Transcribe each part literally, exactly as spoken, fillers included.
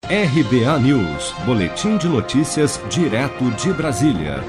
R B A News, boletim de notícias direto de Brasília.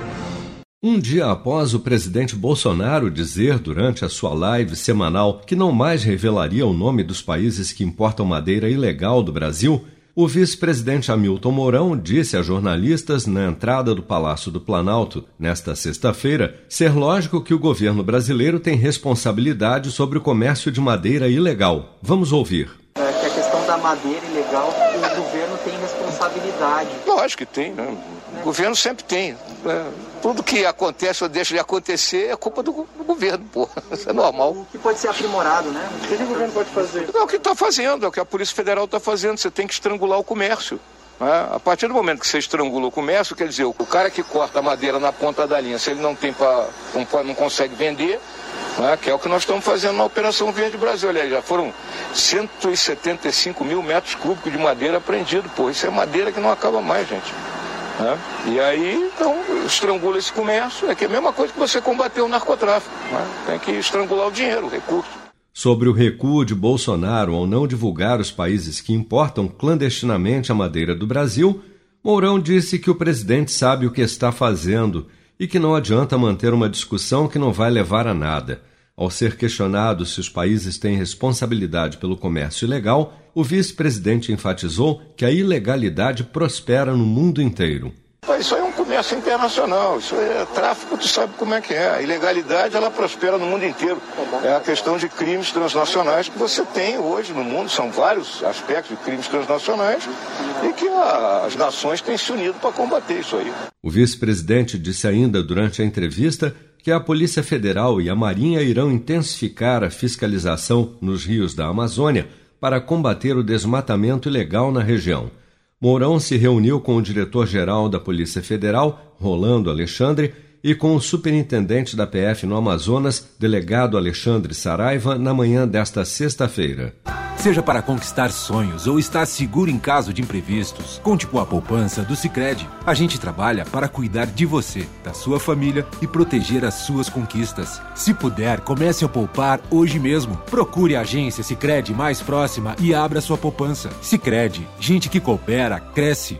Um dia após o presidente Bolsonaro dizer durante a sua live semanal que não mais revelaria o nome dos países que importam madeira ilegal do Brasil, o vice-presidente Hamilton Mourão disse a jornalistas na entrada do Palácio do Planalto, nesta sexta-feira, ser lógico que o governo brasileiro tem responsabilidade sobre o comércio de madeira ilegal. Vamos ouvir. É que a questão da madeira ilegal, o governo tem responsabilidade. Lógico que tem, né? O governo sempre tem. Né? Tudo que acontece ou deixa de acontecer é culpa do, do governo, pô. Isso é normal. O que pode ser aprimorado, né? O que o governo pode fazer? É o que está fazendo, é o que a Polícia Federal está fazendo. Você tem que estrangular o comércio. Né? A partir do momento que você estrangula o comércio, quer dizer, o cara que corta a madeira na ponta da linha, se ele não tem para, não, não consegue vender, né? Que é o que nós estamos fazendo na Operação Verde Brasil. Aliás, já foram cento e setenta e cinco mil metros cúbicos de madeira apreendido, pô. Isso é madeira que não acaba mais, gente. Né? E aí, então, estrangula esse comércio, é que é a mesma coisa que você combater o narcotráfico. Né? Tem que estrangular o dinheiro, o recurso. Sobre o recuo de Bolsonaro ao não divulgar os países que importam clandestinamente a madeira do Brasil, Mourão disse que o presidente sabe o que está fazendo e que não adianta manter uma discussão que não vai levar a nada. Ao ser questionado se os países têm responsabilidade pelo comércio ilegal, o vice-presidente enfatizou que a ilegalidade prospera no mundo inteiro. Isso aí é um comércio internacional, isso é tráfico, tu sabe como é que é. A ilegalidade, ela prospera no mundo inteiro. É a questão de crimes transnacionais que você tem hoje no mundo, são vários aspectos de crimes transnacionais e que a, as nações têm se unido para combater isso aí. O vice-presidente disse ainda durante a entrevista que a Polícia Federal e a Marinha irão intensificar a fiscalização nos rios da Amazônia para combater o desmatamento ilegal na região. Mourão se reuniu com o diretor-geral da Polícia Federal, Rolando Alexandre, e com o superintendente da P F no Amazonas, delegado Alexandre Saraiva, na manhã desta sexta-feira. Seja para conquistar sonhos ou estar seguro em caso de imprevistos, conte com a poupança do Sicredi. A gente trabalha para cuidar de você, da sua família e proteger as suas conquistas. Se puder, comece a poupar hoje mesmo. Procure a agência Sicredi mais próxima e abra sua poupança. Sicredi, gente que coopera, cresce.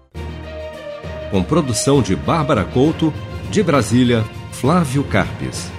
Com produção de Bárbara Couto, de Brasília, Flávio Carpes.